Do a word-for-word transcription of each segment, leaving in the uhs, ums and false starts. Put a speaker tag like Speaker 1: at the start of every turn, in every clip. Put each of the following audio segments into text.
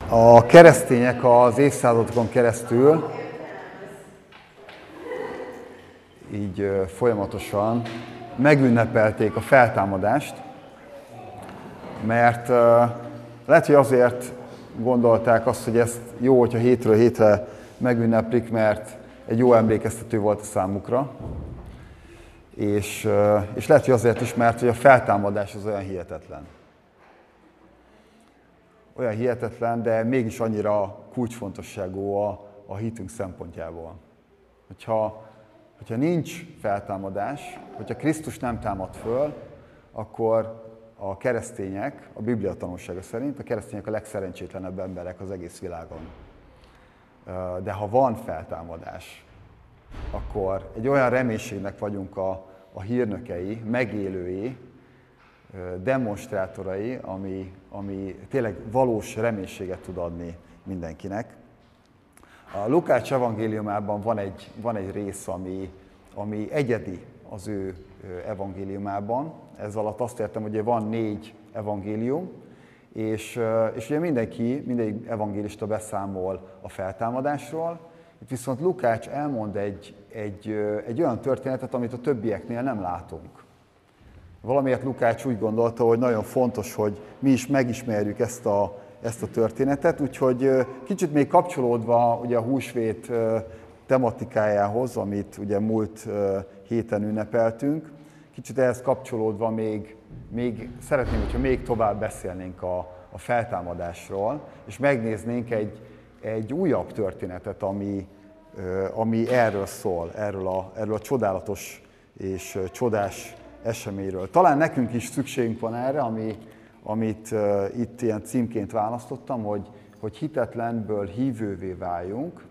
Speaker 1: A keresztények az évszázadokon keresztül így folyamatosan megünnepelték a feltámadást, mert lehet, hogy azért gondolták azt, hogy ezt jó, hogyha hétről hétre megünneplik, mert egy jó emlékeztető volt a számukra, és, és lehet, hogy azért is, mert hogy a feltámadás az olyan hihetetlen. Olyan hihetetlen, de mégis annyira kulcsfontosságú a, a hitünk szempontjából. Hogyha, hogyha nincs feltámadás, hogyha Krisztus nem támad föl, akkor a keresztények, a Biblia tanúsága szerint, a keresztények a legszerencsétlenebb emberek az egész világon. De ha van feltámadás, akkor egy olyan reménységnek vagyunk a, a hírnökei, megélői, demonstrátorai, ami, ami tényleg valós reménységet tud adni mindenkinek. A Lukács evangéliumában van egy, van egy rész, ami, ami egyedi az ő evangéliumában. Ez alatt azt értem, hogy van négy evangélium, és, és ugye mindenki, minden evangélista beszámol a feltámadásról. Itt viszont Lukács elmond egy, egy, egy olyan történetet, amit a többieknél nem látunk. Valamiért Lukács úgy gondolta, hogy nagyon fontos, hogy mi is megismerjük ezt a, ezt a történetet, úgyhogy kicsit még kapcsolódva ugye a húsvét tematikájához, amit ugye múlt héten ünnepeltünk, kicsit ehhez kapcsolódva még, még szeretném, hogyha még tovább beszélnénk a, a feltámadásról, és megnéznénk egy, egy újabb történetet, ami, ami erről szól, erről a, erről a csodálatos és csodás eseményről. Talán nekünk is szükségünk van erre, ami, amit uh, itt ilyen címként választottam, hogy, hogy hitetlenből hívővé váljunk.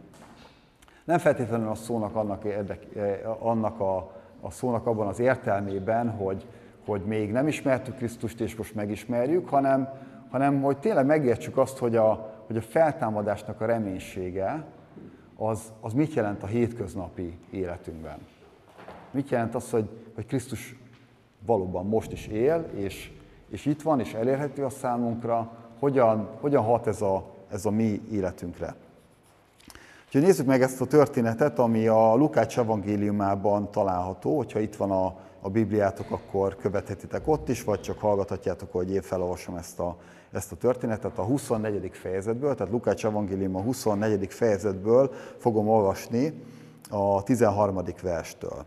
Speaker 1: Nem feltétlenül a szónak, annak, érdek, annak a, a szónak abban az értelmében, hogy, hogy még nem ismertük Krisztust és most megismerjük, hanem, hanem hogy tényleg megértsük azt, hogy a, hogy a feltámadásnak a reménysége az, az mit jelent a hétköznapi életünkben. Mit jelent az, hogy, hogy Krisztus valóban most is él, és, és itt van, és elérhető a számunkra, hogyan, hogyan hat ez a, ez a mi életünkre. Úgyhogy nézzük meg ezt a történetet, ami a Lukács evangéliumában található. Hogyha itt van a, a Bibliátok, akkor követhetitek ott is, vagy csak hallgathatjátok, hogy én felolvasom ezt a, ezt a történetet a huszonnegyedik fejezetből, tehát Lukács evangélium a huszonnegyedik fejezetből fogom olvasni a tizenharmadik verstől.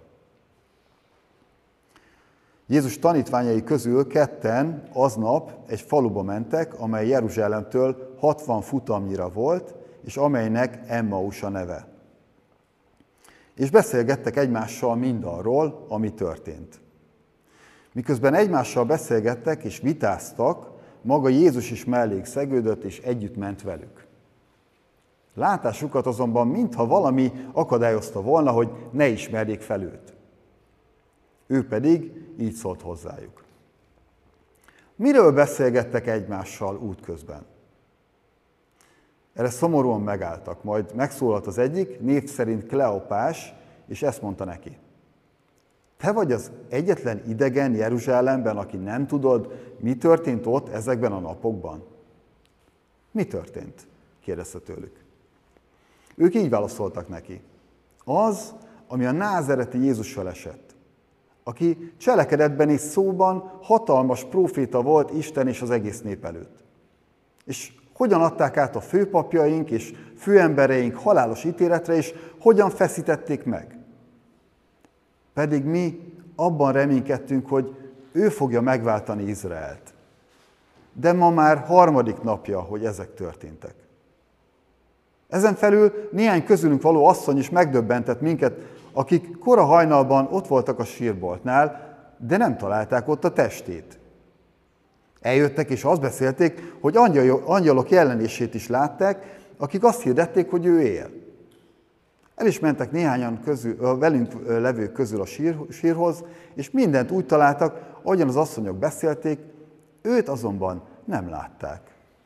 Speaker 1: Jézus tanítványai közül ketten aznap egy faluba mentek, amely Jeruzsálemtől hatvan futamnyira volt, és amelynek Emmaus a neve. És beszélgettek egymással mindarról, ami történt. Miközben egymással beszélgettek és vitáztak, maga Jézus is melléjük szegődött, és együtt ment velük. Látásukat azonban mintha valami akadályozta volna, hogy ne ismerjék fel őt. Ő pedig így szólt hozzájuk. Miről beszélgettek egymással útközben? Erre szomorúan megálltak, majd megszólalt az egyik, név szerint Kleopás, és ezt mondta neki. Te vagy az egyetlen idegen Jeruzsálemben, aki nem tudod, mi történt ott ezekben a napokban? Mi történt? Kérdezte tőlük. Ők így válaszoltak neki. Az, ami a názereti Jézussal esett, aki cselekedetben és szóban hatalmas próféta volt Isten és az egész nép előtt. És hogyan adták át a főpapjaink és főembereink halálos ítéletre, és hogyan feszítették meg? Pedig mi abban reménykedtünk, hogy ő fogja megváltani Izraelt. De ma már harmadik napja, hogy ezek történtek. Ezen felül néhány közülünk való asszony is megdöbbentett minket, akik kora hajnalban ott voltak a sírboltnál, de nem találták ott a testét. Eljöttek és azt beszélték, hogy angyalok jelenését is látták, akik azt hirdették, hogy ő él. El is mentek néhányan közül, velünk levők közül a sír, sírhoz, és mindent úgy találtak, ahogyan az asszonyok beszélték, őt azonban nem látták.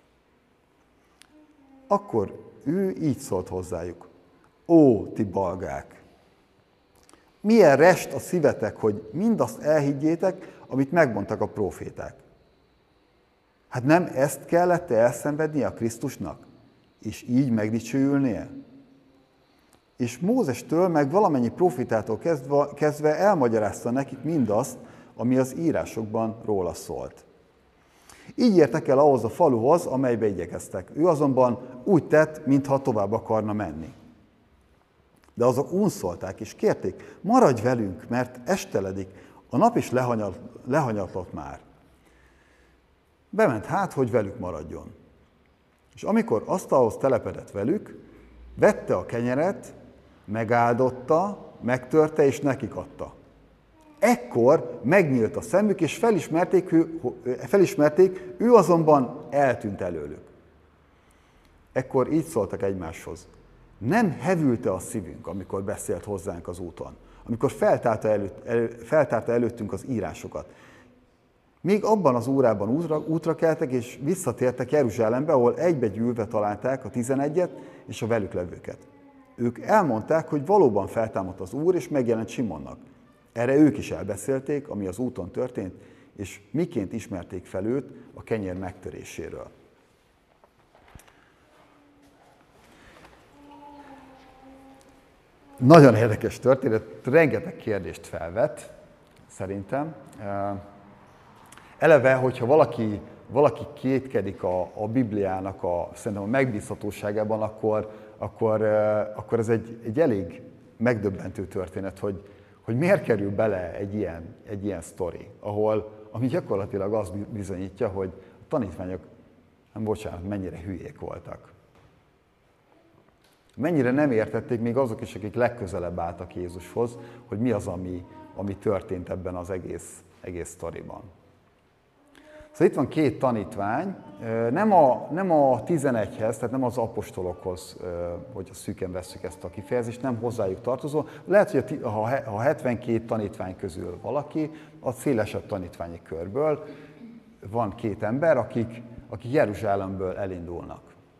Speaker 1: Akkor ő így szólt hozzájuk. Ó, ti balgák! Milyen rest a szívetek, hogy mindazt elhiggyétek, amit megmondtak a próféták. Hát nem ezt kellett elszenvednie a Krisztusnak? és így megdicsőülnie? És Mózestől meg valamennyi profitától kezdve, kezdve elmagyarázta nekik mindazt, ami az írásokban róla szólt. Így értek el ahhoz a faluhoz, amelybe igyekeztek. Ő azonban úgy tett, mintha tovább akarna menni. De azok unszolták és kérték, maradj velünk, mert esteledik, a nap is lehanyat, lehanyatlott már. Bement hát, hogy velük maradjon. És amikor asztalhoz telepedett velük, vette a kenyeret, megáldotta, megtörte és nekik adta. Ekkor megnyílt a szemük, és felismerték, ő, felismerték, ő azonban eltűnt előlük. Ekkor így szóltak egymáshoz. Nem hevülte a szívünk, amikor beszélt hozzánk az úton, amikor feltárta, előtt, elő, feltárta előttünk az írásokat. Még abban az órában útra, útra keltek, és visszatértek Jeruzsálembe, ahol egybegyűlve találták a tizenegyet és a velük levőket. Ők elmondták, hogy valóban feltámadt az Úr, és megjelent Simonnak. Erre ők is elbeszélték, ami az úton történt, és miként ismerték fel őt a kenyér megtöréséről. Nagyon érdekes történet, rengeteg kérdést felvet, szerintem. Eleve, hogyha valaki, valaki kétkedik a, a Bibliának a, szerintem a megbízhatóságában, akkor, akkor, akkor ez egy, egy elég megdöbbentő történet, hogy, hogy miért kerül bele egy ilyen, egy ilyen sztori, ahol, ami gyakorlatilag azt bizonyítja, hogy a tanítványok, nem bocsánat, mennyire hülyék voltak. Mennyire nem értették még azok is, akik legközelebb álltak Jézushoz, hogy mi az, ami, ami történt ebben az egész, egész sztoriban. Szóval itt van két tanítvány, nem a, nem a tizenegyhez, tehát nem az apostolokhoz, hogyha szűken vesszük ezt a kifejezést, nem hozzájuk tartozó. Lehet, hogy a hetvenkét tanítvány közül valaki, a szélesebb tanítványi körből van két ember, akik, akik Jeruzsálemből elindulnak.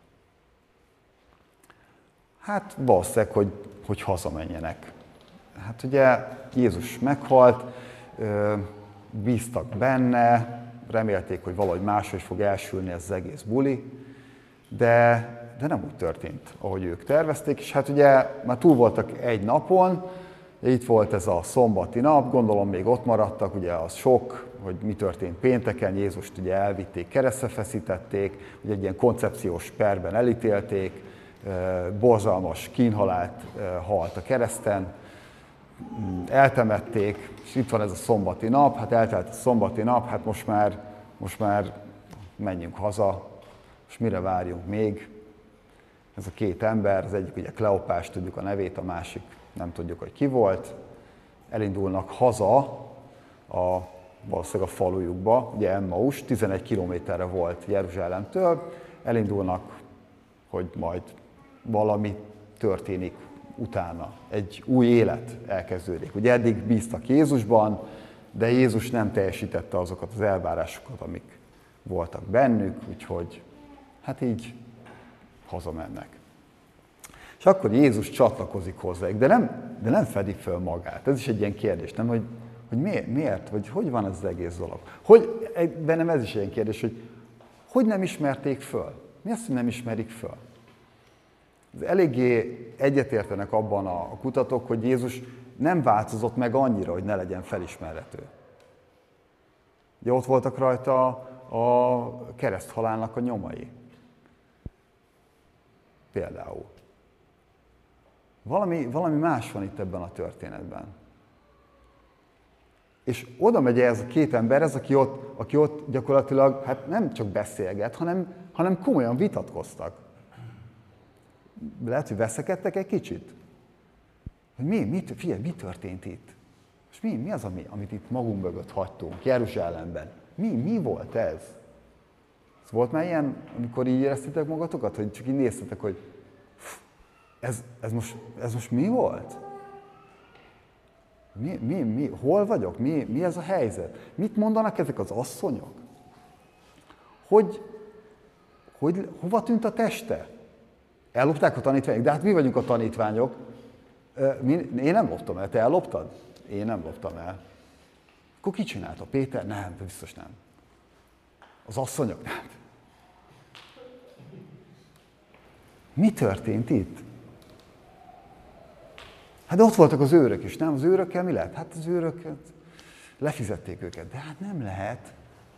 Speaker 1: Hát valószínűleg, hogy, hogy hazamenjenek. Hát ugye Jézus meghalt, bíztak benne, remélték, hogy valahogy máshogy fog elsülni ez az egész buli, de, de nem úgy történt, ahogy ők tervezték, és hát ugye már túl voltak egy napon, itt volt ez a szombati nap, gondolom még ott maradtak, ugye az sok, hogy mi történt pénteken, Jézust ugye elvitték, keresztre feszítették, ugye egy ilyen koncepciós perben elítélték, borzalmas kínhalált halt a kereszten, eltemették, és itt van ez a szombati nap, hát eltelt a szombati nap, hát most már, most már menjünk haza, és mire várjunk még? Ez a két ember, az egyik ugye Kleopás, tudjuk a nevét, a másik nem tudjuk, hogy ki volt, elindulnak haza a, valószínűleg a falujukba, ugye Emmaus, tizenegy kilométerre volt Jeruzsálemtől, elindulnak, hogy majd valami történik utána, egy új élet elkezdődik. Ugye eddig bíztak Jézusban, de Jézus nem teljesítette azokat az elvárásokat, amik voltak bennük, úgyhogy hát így hazamennek. És akkor Jézus csatlakozik hozzájuk, de nem, de nem fedi föl magát. Ez is egy ilyen kérdés, nem, hogy, hogy miért, miért, vagy hogy van ez az egész dolog. Hogy, bennem ez is egy ilyen kérdés, hogy hogy nem ismerték föl? Mi azt, hogy nem ismerik föl? Eléggé egyetértenek abban a kutatók, hogy Jézus nem változott meg annyira, hogy ne legyen felismerhető. Ugye ott voltak rajta a kereszthalálnak a nyomai. Például. Valami, valami más van itt ebben a történetben. És oda megy ez a két ember, ez, aki ott, aki ott gyakorlatilag hát nem csak beszélget, hanem, hanem komolyan vitatkoztak. Lehet, hogy veszekedtek egy kicsit? Hogy mi, mi, figyelj, mi történt itt? És mi, mi az, ami, amit itt magunk mögött hagytunk, Jeruzsálemben? Mi, mi volt ez? Ez volt már ilyen, amikor így éreztétek magatokat, hogy csak így néztetek, hogy ez, ez, most, ez most mi volt? Mi, mi, mi, hol vagyok? Mi, mi ez a helyzet? Mit mondanak ezek az asszonyok? Hogy, hogy hova tűnt a teste? Ellopták a tanítványok? De hát mi vagyunk a tanítványok. Én nem loptam el, te elloptad? Én nem loptam el. Akkor ki csinálta? Péter? Nem, biztos nem. Az asszonyok? Nem. Mi történt itt? Hát de ott voltak az őrök is, nem? Az őrökkel mi lett? Hát az őrök lefizették őket, de hát nem lehet.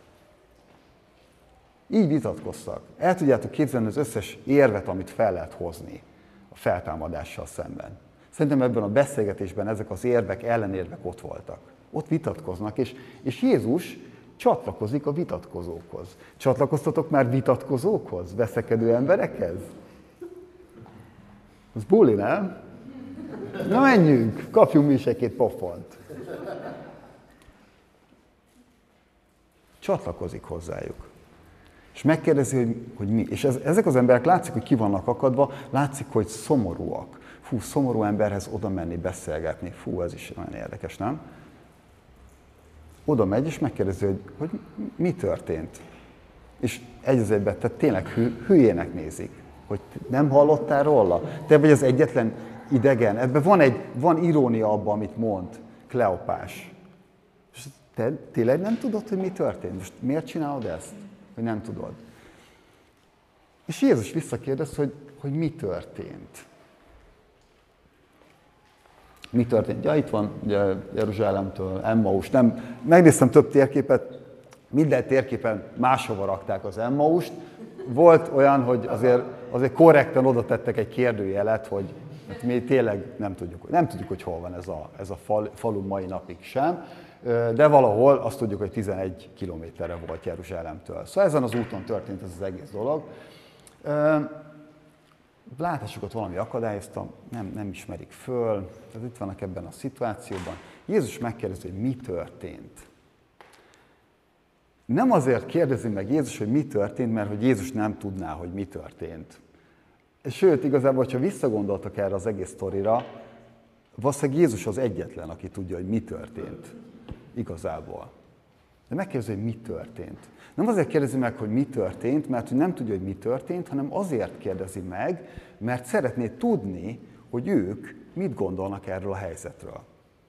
Speaker 1: Így vitatkoztak. El tudjátok képzelni az összes érvet, amit fel lehet hozni a feltámadással szemben. Szerintem ebben a beszélgetésben ezek az érvek, ellenérvek ott voltak. Ott vitatkoznak, és, és Jézus csatlakozik a vitatkozókhoz. Csatlakoztatok már vitatkozókhoz, veszekedő emberekhez? Az buli, nem? Na menjünk, kapjunk mi is egy-két pofont. Csatlakozik hozzájuk. És megkérdezi, hogy, hogy mi. És ez, ezek az emberek látszik, hogy ki vannak akadva, látszik, hogy szomorúak. Fú, szomorú emberhez oda menni, beszélgetni. Fú, ez is nagyon érdekes, nem? Oda megy, és megkérdezi, hogy, hogy mi történt. És egy az egyben, tehát tényleg hű, hülyének nézik, hogy nem hallottál róla. Te vagy az egyetlen idegen. Ebben van, egy, van irónia abban, amit mond Kleopás. És te tényleg nem tudod, hogy mi történt? Most miért csinálod ezt? Hogy nem tudod. És Jézus visszakérdez, hogy, hogy mi történt. Mi történt? Ja, itt van ugye, Jeruzsálemtől, Emmaus. Nem, megnéztem több térképet, minden térképen máshova rakták az Emmaust. Volt olyan, hogy azért, azért korrekten oda tettek egy kérdőjelet, hogy hát mi tényleg nem tudjuk, nem tudjuk, hogy hol van ez a, ez a fal, falu mai napig sem. De valahol azt tudjuk, hogy tizenegy kilométerre volt Jeruzsálemtől. Szóval ezen az úton történt ez az egész dolog. Látásukat valami akadályozta, nem, nem ismerik föl, tehát itt vannak ebben a szituációban. Jézus megkérdezi, hogy mi történt. Nem azért kérdezi meg Jézus, hogy mi történt, mert hogy Jézus nem tudná, hogy mi történt. Sőt, igazából, ha visszagondoltak erre az egész sztorira, valószínűleg Jézus az egyetlen, aki tudja, hogy mi történt. Igazából. De megkérdezi, hogy mi történt. Nem azért kérdezi meg, hogy mi történt, mert nem tudja, hogy mi történt, hanem azért kérdezi meg, mert szeretné tudni, hogy ők mit gondolnak erről a helyzetről.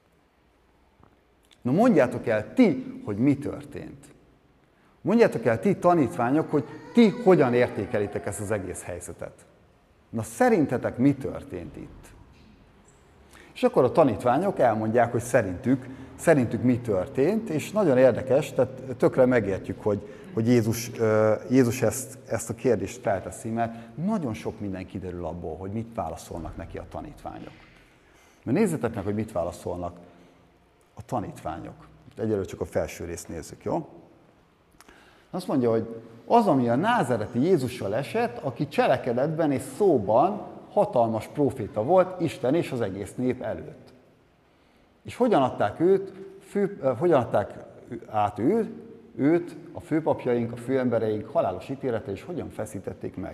Speaker 1: Na mondjátok el ti, hogy mi történt. Mondjátok el ti tanítványok, hogy ti hogyan értékelitek ezt az egész helyzetet. Na szerintetek mi történt itt? És akkor a tanítványok elmondják, hogy szerintük, szerintük mi történt, és nagyon érdekes, tehát tökre megértjük, hogy, hogy Jézus, Jézus ezt, ezt a kérdést felteszi, mert nagyon sok minden kiderül abból, hogy mit válaszolnak neki a tanítványok. Mert nézzétek meg, hogy mit válaszolnak a tanítványok. Egyelőre csak a felső részt nézzük, jó? Azt mondja, hogy az, ami a názáreti Jézussal esett, aki cselekedetben és szóban hatalmas próféta volt Isten és az egész nép előtt. És hogyan adták őt, fő, hogyan adták át őt, őt, a főpapjaink, a főembereink halálos ítélete, és hogyan feszítették meg.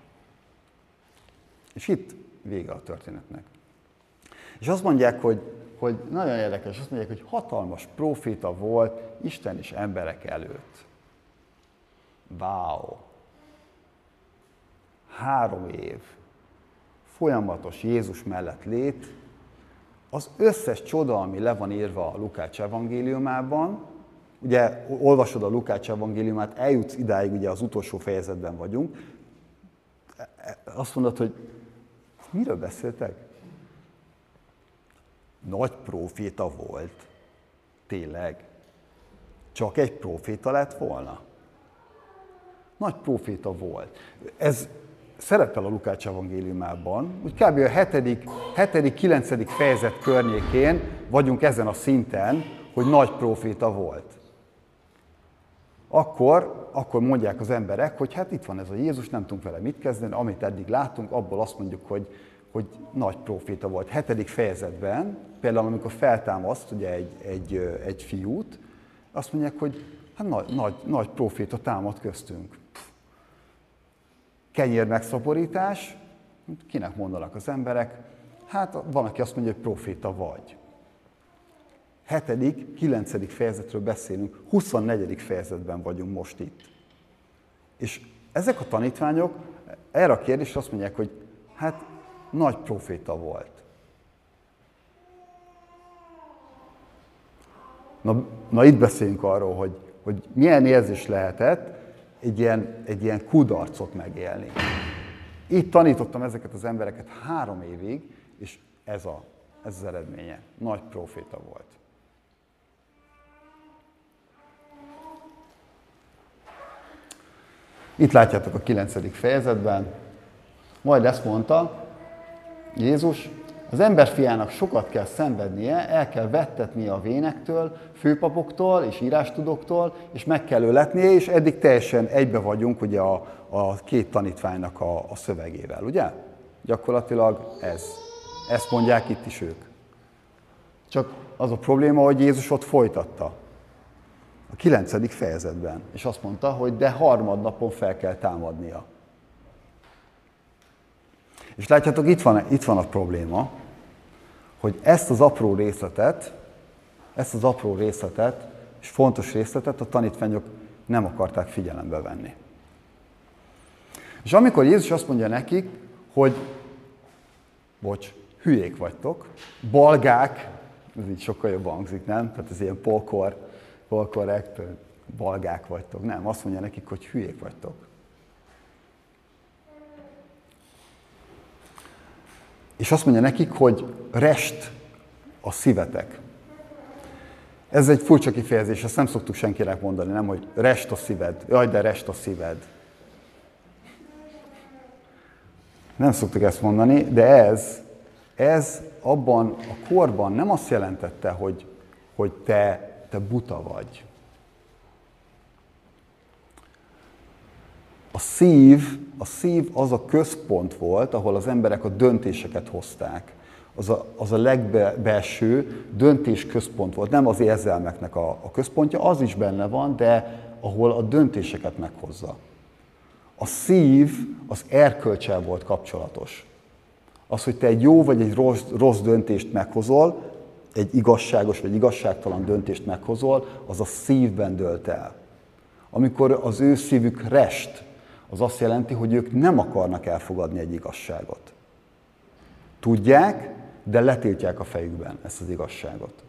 Speaker 1: És itt vége a történetnek. És azt mondják, hogy, hogy nagyon érdekes, azt mondják, hogy hatalmas próféta volt Isten és emberek előtt. Wow! Három év folyamatos Jézus mellett lét, az összes csoda, ami le van írva a Lukács evangéliumában, ugye olvasod a Lukács evangéliumát, eljutsz idáig, ugye az utolsó fejezetben vagyunk, azt mondod, hogy miről beszéltek? Nagy próféta volt. Tényleg. Csak egy próféta lett volna? Nagy próféta volt. Ez szerepel a Lukács evangéliumában, úgy kb. A hetedik kilencedik fejezet környékén vagyunk ezen a szinten, hogy nagy próféta volt. Akkor, akkor mondják az emberek, hogy hát itt van ez a Jézus, nem tudunk vele mit kezdeni, amit eddig láttunk, abból azt mondjuk, hogy, hogy nagy próféta volt. Hetedik fejezetben, például amikor feltámaszt ugye egy, egy, egy fiút, azt mondják, hogy hát nagy, nagy, nagy próféta támad köztünk. Kenyér megszaporítás, kinek mondanak az emberek? Hát van, aki azt mondja, hogy próféta vagy. Hetedik, kilencedik fejezetről beszélünk, huszonnegyedik fejezetben vagyunk most itt. És ezek a tanítványok erre a kérdésre azt mondják, hogy hát nagy próféta volt. Na, na itt beszélünk arról, hogy, hogy milyen érzés lehetett egy ilyen, egy ilyen kudarcot megélni. Így tanítottam ezeket az embereket három évig, és ez, a, ez az eredménye. Nagy proféta volt. Itt látjátok a kilencedik fejezetben. Majd ezt mondta Jézus, az emberfiának sokat kell szenvednie, el kell vettetnie a vénektől, főpapoktól és írástudóktól, és meg kell öletnie, és eddig teljesen egybe vagyunk ugye a, a két tanítványnak a, a szövegével, ugye? Gyakorlatilag ez. Ezt mondják itt is ők. Csak az a probléma, hogy Jézus ott folytatta. A kilencedik fejezetben. És azt mondta, hogy de harmadnapon fel kell támadnia. És látjátok, itt van, itt van a probléma, hogy ezt az apró részletet, ezt az apró részletet, és fontos részletet a tanítványok nem akarták figyelembe venni. És amikor Jézus azt mondja nekik, hogy, bocs, hülyék vagytok, balgák, ez így sokkal jobban hangzik, nem? Tehát ez ilyen polkor, polkorrekt, balgák vagytok. Nem, azt mondja nekik, hogy hülyék vagytok. És azt mondja nekik, hogy rest a szívetek. Ez egy furcsa kifejezés, ezt nem szoktuk senkinek mondani, nem, hogy rest a szíved. Jaj, de rest a szíved. Nem szoktuk ezt mondani, de ez, ez abban a korban nem azt jelentette, hogy, hogy te, te buta vagy. A szív, a szív az a központ volt, ahol az emberek a döntéseket hozták. Az a, az a legbelső döntésközpont volt. Nem az érzelmeknek a, a központja, az is benne van, de ahol a döntéseket meghozza. A szív az erkölccsel volt kapcsolatos. Az, hogy te egy jó vagy egy rossz, rossz döntést meghozol, egy igazságos vagy igazságtalan döntést meghozol, az a szívben dőlt el. Amikor az ő szívük rest, az azt jelenti, hogy ők nem akarnak elfogadni egy igazságot. Tudják, de letiltják a fejükben ezt az igazságot.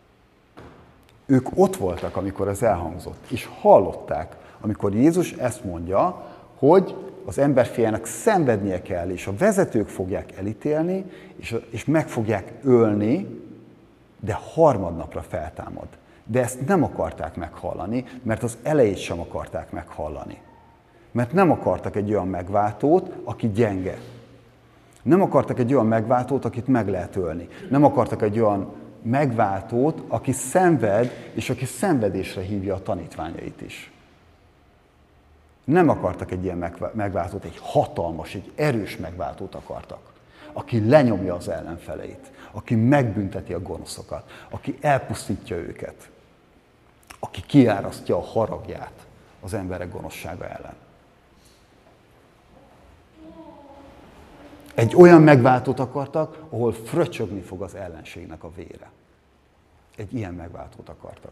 Speaker 1: Ők ott voltak, amikor ez elhangzott, és hallották, amikor Jézus ezt mondja, hogy az emberfiának szenvednie kell, és a vezetők fogják elítélni, és, és meg fogják ölni, de harmadnapra feltámad. De ezt nem akarták meghallani, mert az elejét sem akarták meghallani. Mert nem akartak egy olyan megváltót, aki gyenge. Nem akartak egy olyan megváltót, akit meg lehet ölni. Nem akartak egy olyan megváltót, aki szenved, és aki szenvedésre hívja a tanítványait is. Nem akartak egy ilyen megváltót, egy hatalmas, egy erős megváltót akartak, aki lenyomja az ellenfeleit, aki megbünteti a gonoszokat, aki elpusztítja őket, aki kiárasztja a haragját az emberek gonoszsága ellen. Egy olyan megváltót akartak, ahol fröcsögni fog az ellenségnek a vére. Egy ilyen megváltót akartak.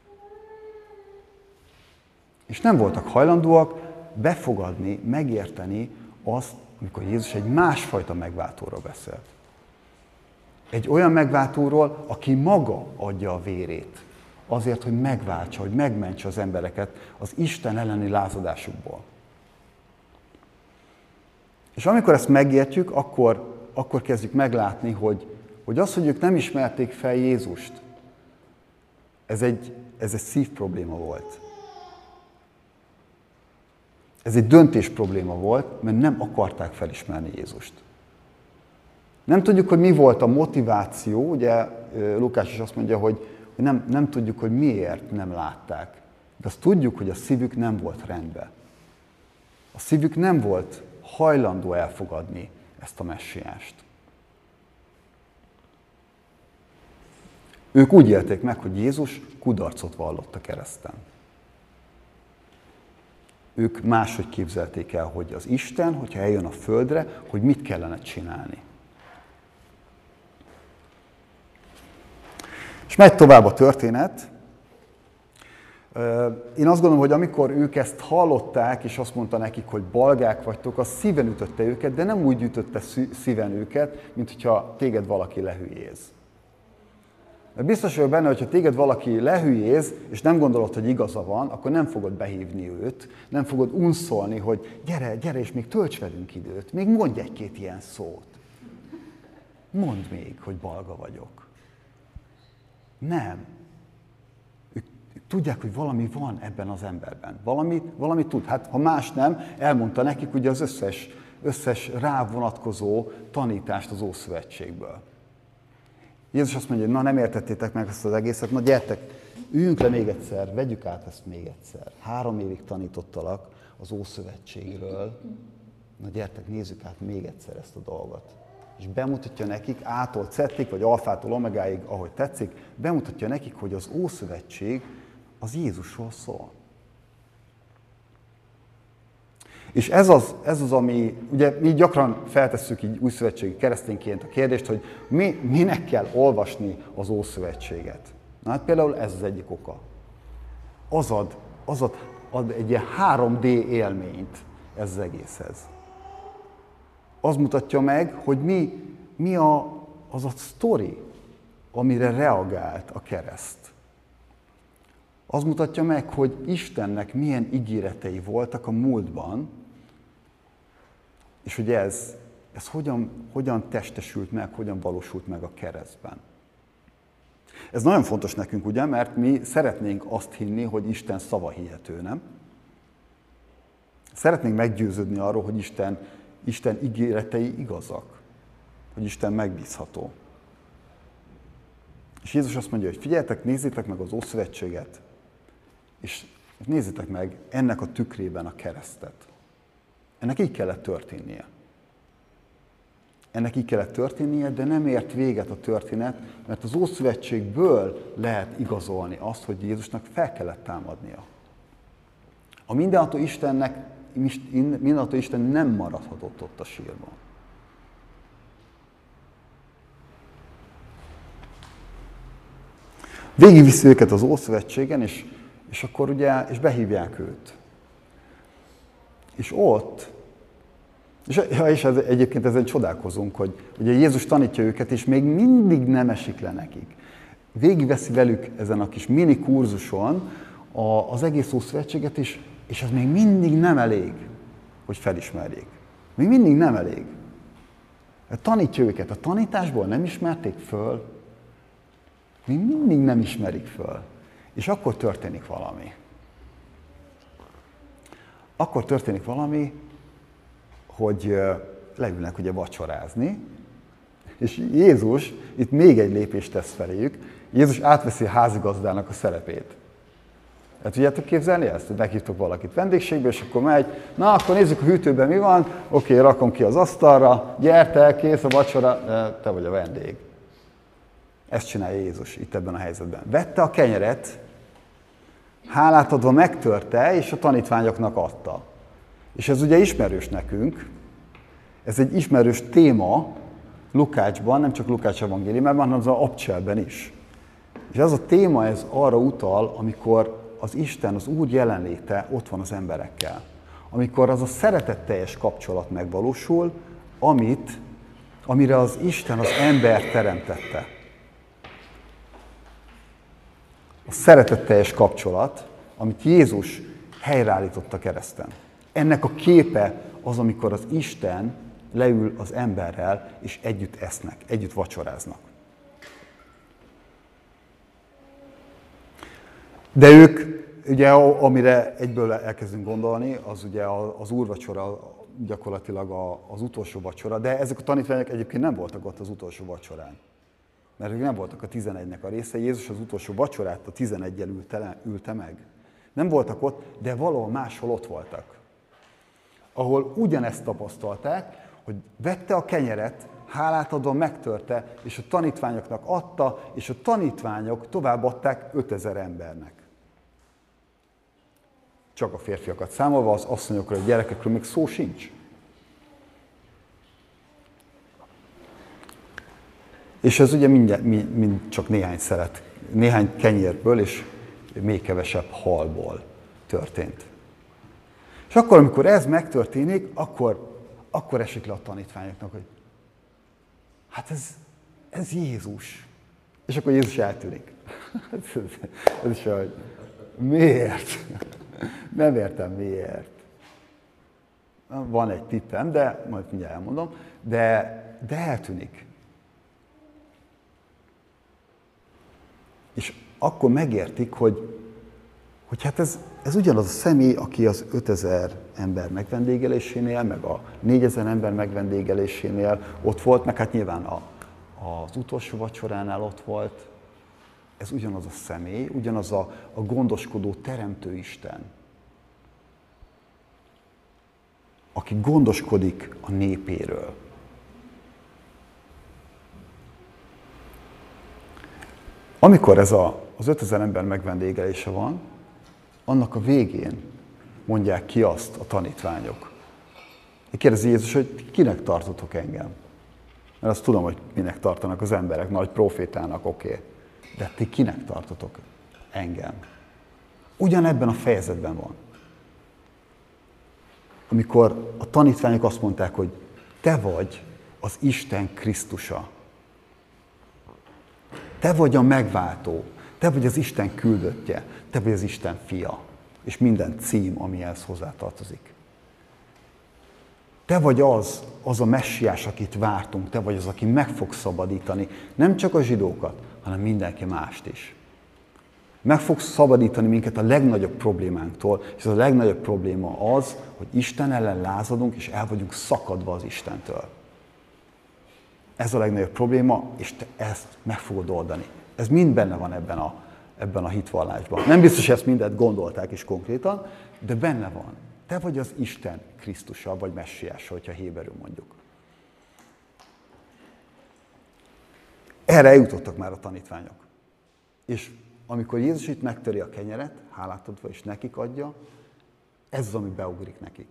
Speaker 1: És nem voltak hajlandóak befogadni, megérteni azt, amikor Jézus egy másfajta megváltóról beszélt. Egy olyan megváltóról, aki maga adja a vérét, azért, hogy megváltsa, hogy megmentse az embereket az Isten elleni lázadásukból. És amikor ezt megértjük, akkor, akkor kezdjük meglátni, hogy, hogy az, hogy ők nem ismerték fel Jézust, ez egy, ez egy szív probléma volt. Ez egy döntés probléma volt, mert nem akarták felismerni Jézust. Nem tudjuk, hogy mi volt a motiváció, ugye Lukás is azt mondja, hogy nem, nem tudjuk, hogy miért nem látták. De azt tudjuk, hogy a szívük nem volt rendben. A szívük nem volt hajlandó elfogadni ezt a messiást. Ők úgy élték meg, hogy Jézus kudarcot vallott a kereszten. Ők máshogy képzelték el, hogy az Isten, hogyha eljön a földre, hogy mit kellene csinálni. És megy tovább a történet. Én azt gondolom, hogy amikor ők ezt hallották, és azt mondta nekik, hogy balgák vagytok, az szíven ütötte őket, de nem úgy ütötte szíven őket, mint hogyha téged valaki lehülyéz. Mert biztos vagyok benne, hogy ha téged valaki lehülyéz, és nem gondolod, hogy igaza van, akkor nem fogod behívni őt, nem fogod unszolni, hogy gyere, gyere, és még tölts velünk időt, még mondj egy-két ilyen szót. Mondd még, hogy balga vagyok. Nem. Ők tudják, hogy valami van ebben az emberben. Valami, valami tud. Hát ha más nem, elmondta nekik ugye az összes, összes rá vonatkozó tanítást az Ószövetségből. Jézus azt mondja, hogy na nem értettétek meg ezt az egészet, na gyertek, üljünk le még egyszer, vegyük át ezt még egyszer. Három évig tanítottalak az Ószövetségről, na gyertek, nézzük át még egyszer ezt a dolgot. És bemutatja nekik, ától cettig, vagy alfától omegáig, ahogy tetszik, bemutatja nekik, hogy az Ószövetség az Jézusról szól. És ez az, ez az, ami, ugye mi gyakran feltesszük így újszövetségi keresztényként a kérdést, hogy mi, minek kell olvasni az Ószövetséget. Na hát például ez az egyik oka. Az ad, az ad, ad egy ilyen három dé élményt ez az egészhez. Az mutatja meg, hogy mi, mi a, az a sztori, amire reagált a kereszt. Az mutatja meg, hogy Istennek milyen ígéretei voltak a múltban, és hogy ez, ez hogyan, hogyan testesült meg, hogyan valósult meg a keresztben. Ez nagyon fontos nekünk, ugye, mert mi szeretnénk azt hinni, hogy Isten szava hihető, nem? Szeretnénk meggyőződni arról, hogy Isten, Isten ígéretei igazak, hogy Isten megbízható. És Jézus azt mondja, hogy figyeljetek, nézzétek meg az Ószövetséget, és nézzétek meg ennek a tükrében a keresztet. Ennek így kellett történnie. Ennek így kellett történnie, de nem ért véget a történet, mert az Ószövetségből lehet igazolni azt, hogy Jézusnak fel kellett támadnia. A mindenható Istennek, mindenható Isten nem maradhatott ott a sírban. Végigviszi őket az Ószövetségen, és, és akkor ugye, és behívják őt. És ott, és, és ez, egyébként ezen csodálkozunk, hogy ugye Jézus tanítja őket, és még mindig nem esik le nekik. Végigveszi velük ezen a kis mini kurzuson a, az egész Ószövetséget, és, és ez még mindig nem elég, hogy felismerjék. Még mindig nem elég. Tanítja őket. A tanításból nem ismerték föl, még mindig nem ismerik föl. És akkor történik valami. Akkor történik valami, hogy leülnek ugye vacsorázni, és Jézus itt még egy lépést tesz feléjük. Jézus átveszi a házigazdának a szerepét. El tudjátok képzelni ezt? Hogy meghívtok valakit vendégségbe, és akkor megy, na akkor nézzük a hűtőben mi van, oké, rakom ki az asztalra, gyertek, kész a vacsora, te vagy a vendég. Ezt csinálja Jézus itt ebben a helyzetben. Vette a kenyeret, hálát adva megtörte, és a tanítványoknak adta. És ez ugye ismerős nekünk, ez egy ismerős téma Lukácsban, nem csak Lukács evangéliumában, hanem az Abcselben is. És ez a téma, ez arra utal, amikor az Isten, az Úr jelenléte ott van az emberekkel. Amikor az a szeretetteljes kapcsolat megvalósul, amit, amire az Isten az ember teremtette. A szeretetteljes kapcsolat, amit Jézus helyreállított a kereszten. Ennek a képe az, amikor az Isten leül az emberrel, és együtt esznek, együtt vacsoráznak. De ők, ugye, amire egyből elkezdünk gondolni, az ugye az úrvacsora, gyakorlatilag az utolsó vacsora, de ezek a tanítványok egyébként nem voltak ott az utolsó vacsorán. Mert ők nem voltak a tizenegynek a része. Jézus az utolsó vacsorát a tizeneggyel ülte, ülte meg. Nem voltak ott, de valahol máshol ott voltak. Ahol ugyanezt tapasztalták, hogy vette a kenyeret, hálát adva megtörte, és a tanítványoknak adta, és a tanítványok továbbadták ötezer embernek. Csak a férfiakat számolva, az asszonyokról, a gyerekekről még szó sincs. És ez ugye mind, mind, mind csak néhány szelet, néhány kenyérből és még kevesebb halból történt. És akkor, amikor ez megtörténik, akkor, akkor esik le a tanítványoknak, hogy hát ez, ez Jézus. És akkor Jézus eltűnik. Ez is olyan, miért? Nem értem miért. Van egy tippem, de majd mindjárt elmondom, de, de eltűnik. És akkor megértik, hogy, hogy hát ez, ez ugyanaz a személy, aki az ötezer ember megvendégelésénél, meg a négyezer ember megvendégelésénél ott volt, meg hát nyilván a, az utolsó vacsoránál ott volt. Ez ugyanaz a személy, ugyanaz a, a gondoskodó teremtő Isten, aki gondoskodik a népéről. Amikor ez a, az ötezer ember megvendégelése van, annak a végén mondják ki azt a tanítványok. Kérdezi Jézus, hogy kinek tartotok engem? Mert azt tudom, hogy minek tartanak az emberek, nagy profétának, oké. Okay. De ti kinek tartotok engem? Ugyanebben a fejezetben van. Amikor a tanítványok azt mondták, hogy te vagy az Isten Krisztusa. Te vagy a megváltó, te vagy az Isten küldöttje, te vagy az Isten fia, és minden cím, ami ehhez hozzátartozik. Te vagy az, az a messiás, akit vártunk, te vagy az, aki meg fog szabadítani, nem csak a zsidókat, hanem mindenki mást is. Meg fog szabadítani minket a legnagyobb problémánktól, és a legnagyobb probléma az, hogy Isten ellen lázadunk, és el vagyunk szakadva az Istentől. Ez a legnagyobb probléma, és te ezt meg fogod oldani. Ez mind benne van ebben a, ebben a hitvallásban. Nem biztos, hogy ezt mindet gondolták is konkrétan, de benne van. Te vagy az Isten Krisztusa, vagy messiása, hogyha héberül mondjuk. Erre eljutottak már a tanítványok. És amikor Jézus itt megtöri a kenyeret, hálát adva és nekik adja, ez az, ami beugrik nekik.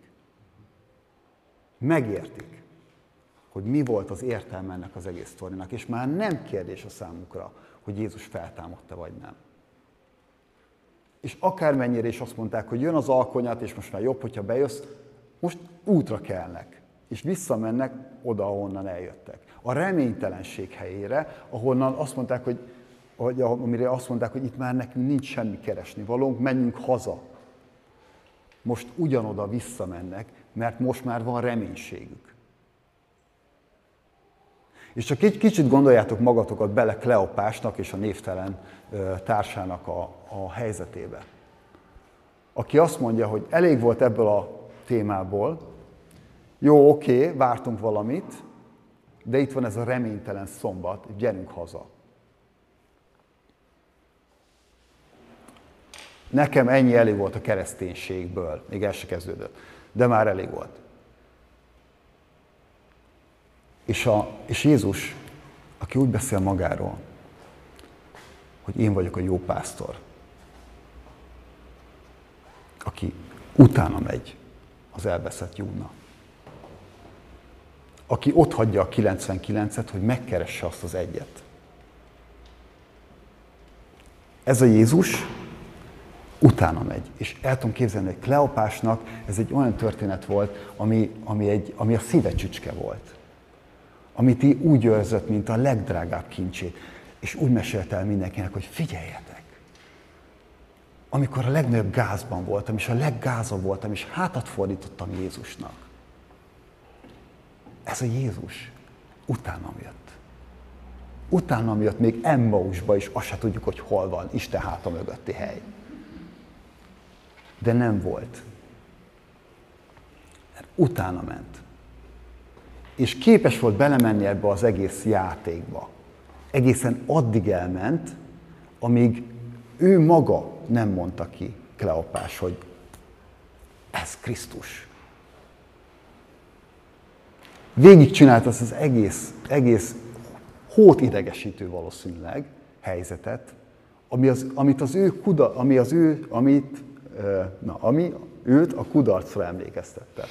Speaker 1: Megértik, hogy mi volt az értelme ennek az egész sztorinak, és már nem kérdés a számukra, hogy Jézus feltámadta vagy nem. És akármennyire is azt mondták, hogy jön az alkonyat, és most már jobb, hogyha bejössz, most útra kelnek, és visszamennek oda, ahonnan eljöttek. A reménytelenség helyére, ahonnan azt mondták, hogy, hogy amire azt mondták, hogy itt már nekünk nincs semmi keresni valónk, menjünk haza. Most ugyanoda visszamennek, mert most már van reménységük. És csak egy kicsit gondoljátok magatokat bele Kleopásnak és a névtelen társának a, a helyzetébe. Aki azt mondja, hogy elég volt ebből a témából, jó, oké, okay, vártunk valamit, de itt van ez a reménytelen szombat, gyerünk haza. Nekem ennyi elég volt a kereszténységből, még el se kezdődött, de már elég volt. És, a, és Jézus, aki úgy beszél magáról, hogy én vagyok a jó pásztor, aki utána megy az elveszett Júdnak. Aki ott hagyja a kilencvenkilencet, hogy megkeresse azt az egyet. Ez a Jézus utána megy. És el tudom képzelni, hogy Kleopásnak ez egy olyan történet volt, ami, ami, egy, ami a szíve csücske volt. Amit így úgy őrzött, mint a legdrágább kincsét. És úgy mesélte el mindenkinek, hogy figyeljetek! Amikor a legnagyobb gázban voltam, és a leggázabb voltam, és hátat fordítottam Jézusnak. Ez a Jézus utánam jött. Utánam jött még Emmausba is, azt se tudjuk, hogy hol van, Isten háta mögötti hely. De nem volt. Mert utána ment. És képes volt belemenni ebbe az egész játékba. Egészen addig elment, amíg ő maga nem mondta ki, Kleopás, hogy ez Krisztus. Végigcsinált azt az egész, egész hótidegesítő valószínűleg helyzetet, ami az, amit az ő kuda, ami az ő, amit, na, ami őt a kudarcra emlékeztette.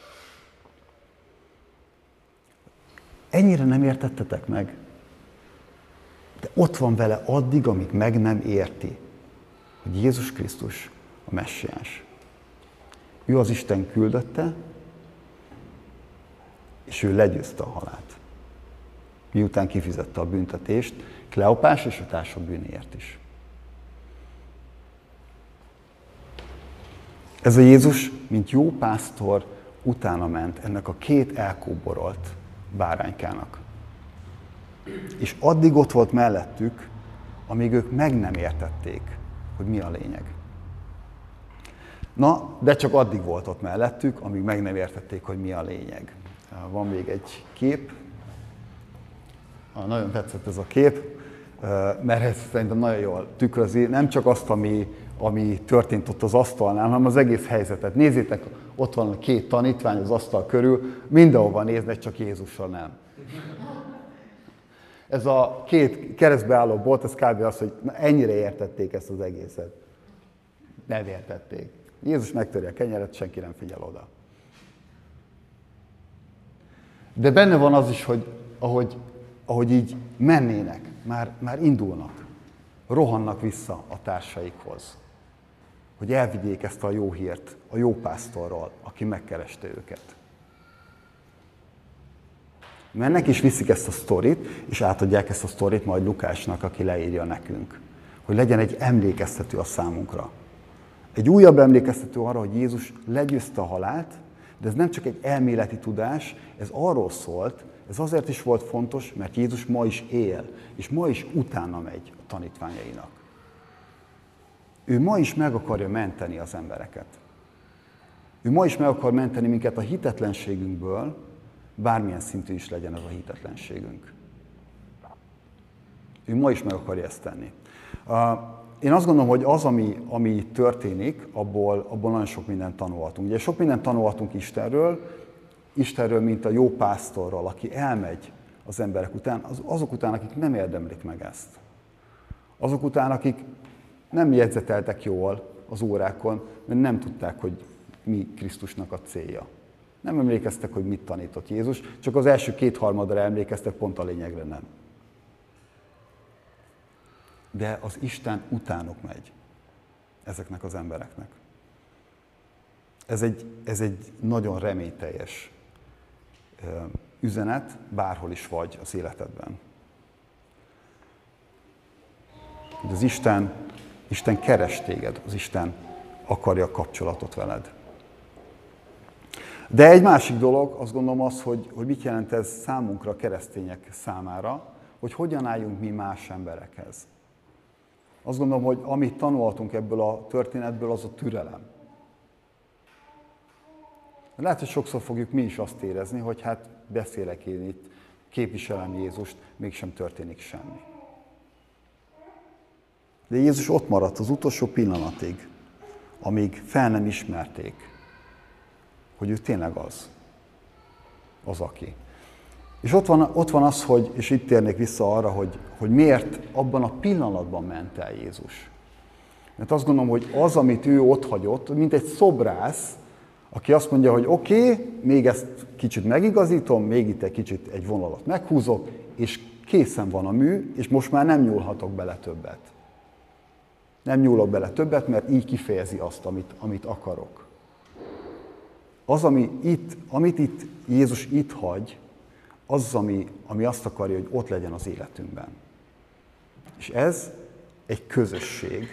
Speaker 1: Ennyire nem értettetek meg? De ott van vele addig, amíg meg nem érti, hogy Jézus Krisztus a messiás. Ő az Isten küldötte, és ő legyőzte a halált. miután kifizette a büntetést Kleopás és a társak bűnéért is. Ez a Jézus, mint jó pásztor, utána ment ennek a két elkóborolt báránykának. És addig ott volt mellettük, amíg ők meg nem értették, hogy mi a lényeg. Na, de csak addig volt ott mellettük, amíg meg nem értették, hogy mi a lényeg. Van még egy kép. Nagyon tetszett ez a kép, mert ez szerintem nagyon jól tükrözi, nem csak azt, ami, ami történt ott az asztalnál, hanem az egész helyzetet. Nézzétek, ott van a két tanítvány az asztal körül, mindenhova néznek, csak Jézusra nem. Ez a két keresztbe álló bolt, ez kb. Az, hogy na, ennyire értették ezt az egészet. Nem értették. Jézus megtöri a kenyeret, senki nem figyel oda. De benne van az is, hogy ahogy, ahogy így mennének, már, már indulnak, rohannak vissza a társaikhoz, hogy elvigyék ezt a jó hírt a jó pásztorról, aki megkereste őket. Mennek és viszik ezt a sztorit, és átadják ezt a sztorit majd Lukásnak, aki leírja nekünk, hogy legyen egy emlékeztető a számunkra. Egy újabb emlékeztető arra, hogy Jézus legyőzte a halált, de ez nem csak egy elméleti tudás, ez arról szólt, ez azért is volt fontos, mert Jézus ma is él, és ma is utána megy a tanítványainak. Ő ma is meg akarja menteni az embereket. Ő ma is meg akar menteni minket a hitetlenségünkből, bármilyen szintű is legyen ez a hitetlenségünk. Ő ma is meg akarja ezt tenni. Én azt gondolom, hogy az, ami, ami történik, abból, abból nagyon sok mindent tanulhatunk. Ugye sok mindent tanulhatunk Istenről, Istenről, mint a jó pásztorról, aki elmegy az emberek után, az, azok után, akik nem érdemlik meg ezt. Azok után, akik nem jegyzeteltek jól az órákon, mert nem tudták, hogy mi Krisztusnak a célja. Nem emlékeztek, hogy mit tanított Jézus, csak az első kétharmadra emlékeztek, pont a lényegre nem. De az Isten utánuk megy ezeknek az embereknek. Ez egy, ez egy nagyon reményteljes üzenet, bárhol is vagy az életedben. Hogy az Isten, Isten keres téged, az Isten akarja a kapcsolatot veled. De egy másik dolog, azt gondolom az, hogy, hogy mit jelent ez számunkra, keresztények számára, hogy hogyan álljunk mi más emberekhez. Azt gondolom, hogy amit tanulhatunk ebből a történetből, az a türelem. Lehet, hogy sokszor fogjuk mi is azt érezni, hogy hát beszélek én itt, képviselem Jézust, mégsem történik semmi. De Jézus ott maradt az utolsó pillanatig, amíg fel nem ismerték, hogy ő tényleg az, az aki. És ott van, ott van az, hogy, és itt térnék vissza arra, hogy, hogy miért abban a pillanatban ment el Jézus. Mert azt gondolom, hogy az, amit ő ott hagyott, mint egy szobrász, aki azt mondja, hogy oké, okay, még ezt kicsit megigazítom, még itt egy kicsit egy vonalat meghúzok, és készen van a mű, és most már nem nyúlhatok bele többet. Nem nyúlok bele többet, mert így kifejezi azt, amit, amit akarok. Az, ami itt, amit itt Jézus itt hagy, az, ami, ami azt akarja, hogy ott legyen az életünkben. És ez egy közösség,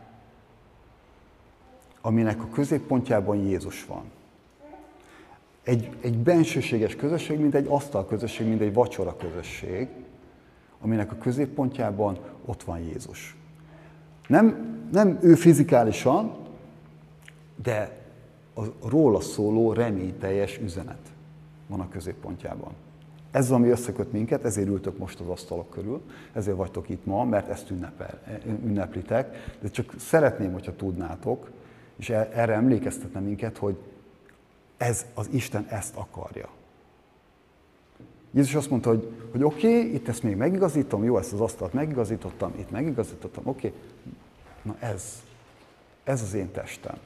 Speaker 1: aminek a középpontjában Jézus van. Egy, egy bensőséges közösség, mint egy asztalközösség, mint egy vacsora közösség, aminek a középpontjában ott van Jézus. Nem, nem ő fizikálisan, de a róla szóló reményteljes üzenet van a középpontjában. Ez, ami összeköt minket, ezért ültök most az asztalok körül, ezért vagytok itt ma, mert ezt ünnepel, ünneplitek, de csak szeretném, hogyha tudnátok, és erre emlékeztetne minket, hogy ez, az Isten ezt akarja. Jézus azt mondta, hogy, hogy oké, okay, itt ezt még megigazítom, jó, ezt az asztalt megigazítottam, itt megigazítottam, oké, okay. Na ez, ez az én testem.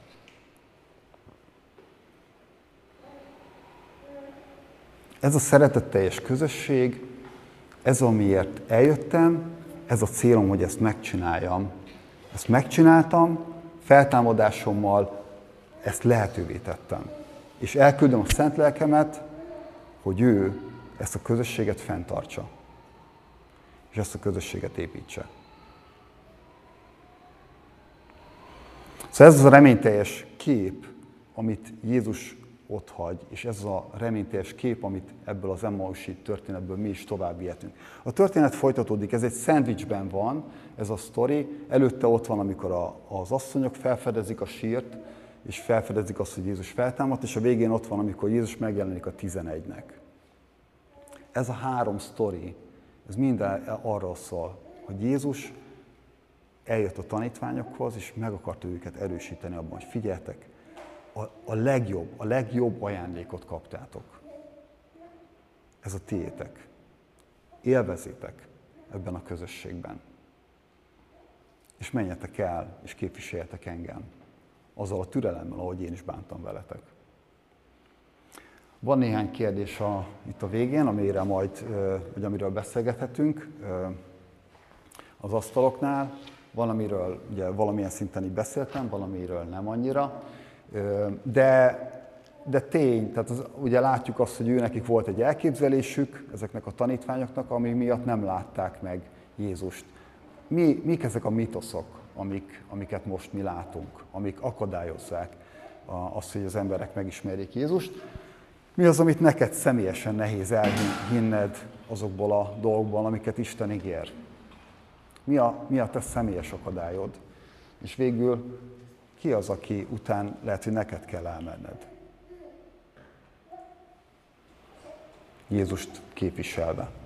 Speaker 1: Ez a szeretetteljes közösség, ez amiért eljöttem, ez a célom, hogy ezt megcsináljam. Ezt megcsináltam, feltámadásommal ezt lehetővé tettem. És elküldöm a Szent Lelkemet, hogy ő ezt a közösséget fenntartsa. és ezt a közösséget építse. Szóval ez az a reményteljes kép, amit Jézus ott hagy, és ez a reményteljes kép, amit ebből az Emmausi történetből mi is tovább vihetünk. A történet folytatódik, ez egy szendvicsben van, ez a sztori. Előtte ott van, amikor a, az asszonyok felfedezik a sírt, és felfedezik azt, hogy Jézus feltámadt, és a végén ott van, amikor Jézus megjelenik a tizenegynek. Ez a három sztori, ez minden arról szól, hogy Jézus eljött a tanítványokhoz, és meg akarta őket erősíteni abban, hogy figyeltek, a, a legjobb, a legjobb ajándékot kaptátok. Ez a tiétek. Élvezzétek ebben a közösségben. És menjetek el, és képviseljetek engem. Azzal a türelemmel, ahogy én is bántam veletek. Van néhány kérdés a, itt a végén, amire majd, vagy amiről beszélgethetünk az asztaloknál. Van, amiről ugye valamilyen szinten így beszéltem, valamiről nem annyira. De, de tény, tehát az, ugye látjuk azt, hogy ő nekik volt egy elképzelésük, ezeknek a tanítványoknak, ami miatt nem látták meg Jézust. Mi, mik ezek a mitoszok, amik, amiket most mi látunk, amik akadályozzák azt, hogy az emberek megismerjék Jézust? Mi az, amit neked személyesen nehéz elhinned azokból a dolgokból, amiket Isten ígér? Mi a, mi a te személyes akadályod? És végül ki az, aki után lehet, hogy neked kell elmenned? Jézust képviselve.